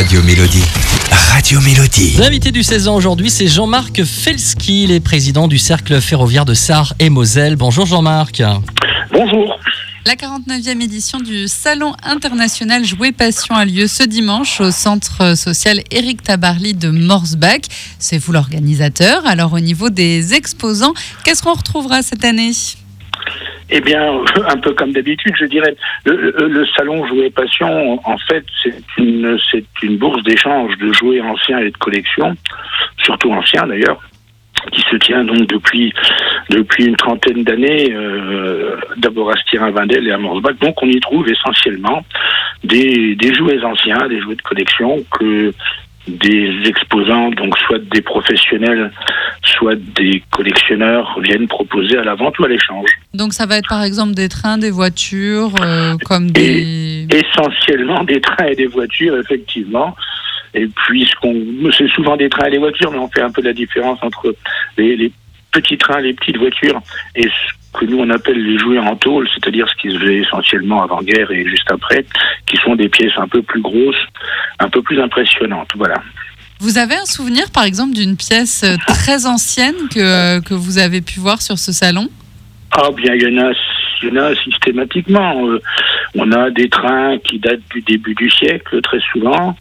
Radio Mélodie. Radio Mélodie. L'invité du 16 ans aujourd'hui, c'est Jean-Marc Felski, il est président du Cercle ferroviaire de Sarre et Moselle. Bonjour Jean-Marc. Bonjour. La 49e édition du Salon international Jouer Passion a lieu ce dimanche au centre social Éric Tabarly de Morsbach. C'est vous l'organisateur. Alors au niveau des exposants, qu'est-ce qu'on retrouvera cette année ? Eh bien, un peu comme d'habitude, je dirais, le salon Jouer Passion, en fait, c'est une bourse d'échange de jouets anciens et de collection, surtout anciens d'ailleurs, qui se tient donc depuis une trentaine d'années, d'abord à Stirin-Wendel et à Morsbach. Donc on y trouve essentiellement des jouets anciens, des jouets de collection que des exposants, donc soit des professionnels, soit des collectionneurs viennent proposer à la vente ou à l'échange. Donc ça va être par exemple des trains, des voitures, comme des... Essentiellement des trains et des voitures, effectivement. Et puis, c'est souvent des trains et des voitures, mais on fait un peu la différence entre les petits trains, les petites voitures, et ce que nous on appelle les jouets en tôle, c'est-à-dire ce qui se faisait essentiellement avant-guerre et juste après, qui sont des pièces un peu plus grosses, un peu plus impressionnantes. Voilà. Vous avez un souvenir, par exemple, d'une pièce très ancienne que vous avez pu voir sur ce salon ? Ah bien, il y en a systématiquement. On a des trains qui datent du début du siècle, très souvent.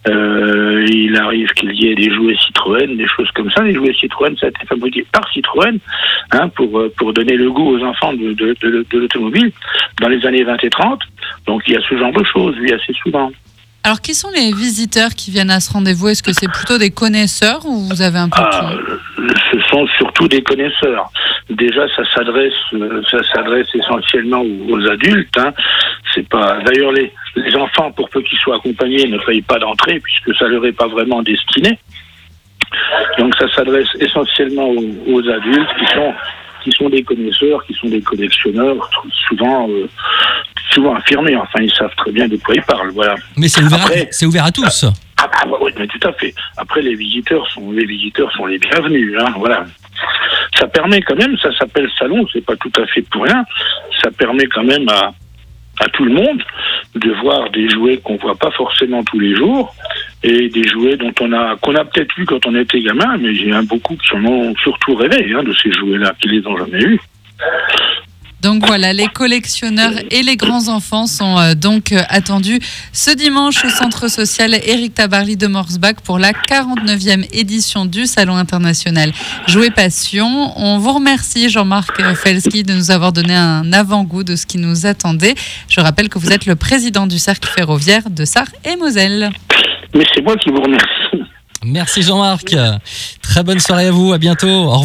Il arrive qu'il y ait des jouets Citroën, des choses comme ça. Les jouets Citroën, ça a été fabriqué par Citroën, pour donner le goût aux enfants de l'automobile dans les années 20 et 30. Donc il y a ce genre de choses, oui, assez souvent. Alors, qui sont les visiteurs qui viennent à ce rendez-vous ? Est-ce que c'est plutôt des connaisseurs ou vous avez un peu tout ? Ce sont surtout des connaisseurs. Déjà, ça s'adresse essentiellement aux adultes. C'est pas. D'ailleurs, les enfants, pour peu qu'ils soient accompagnés, ne payent pas d'entrée puisque ça leur est pas vraiment destiné. Donc, ça s'adresse essentiellement aux adultes qui sont des connaisseurs, qui sont des collectionneurs, souvent affirmés. Enfin, ils savent très bien de quoi ils parlent. Voilà. Mais c'est ouvert à tous. Oui, mais tout à fait. Après, les visiteurs sont les bienvenus. Voilà. Ça permet quand même, ça s'appelle salon, c'est pas tout à fait pour rien. Ça permet quand même à tout le monde de voir des jouets qu'on voit pas forcément tous les jours et des jouets qu'on a peut-être vu quand on était gamin, mais il y en a beaucoup qui en ont surtout rêvé de ces jouets-là, qui les ont jamais eus. Donc voilà, les collectionneurs et les grands enfants sont donc attendus ce dimanche au centre social Éric Tabarly de Morsbach pour la 49e édition du Salon international Jouer Passion. On vous remercie Jean-Marc Felski de nous avoir donné un avant-goût de ce qui nous attendait. Je rappelle que vous êtes le président du Cercle ferroviaire de Sarre et Moselle. Mais c'est moi qui vous remercie. Merci Jean-Marc. Très bonne soirée à vous, à bientôt. Au revoir.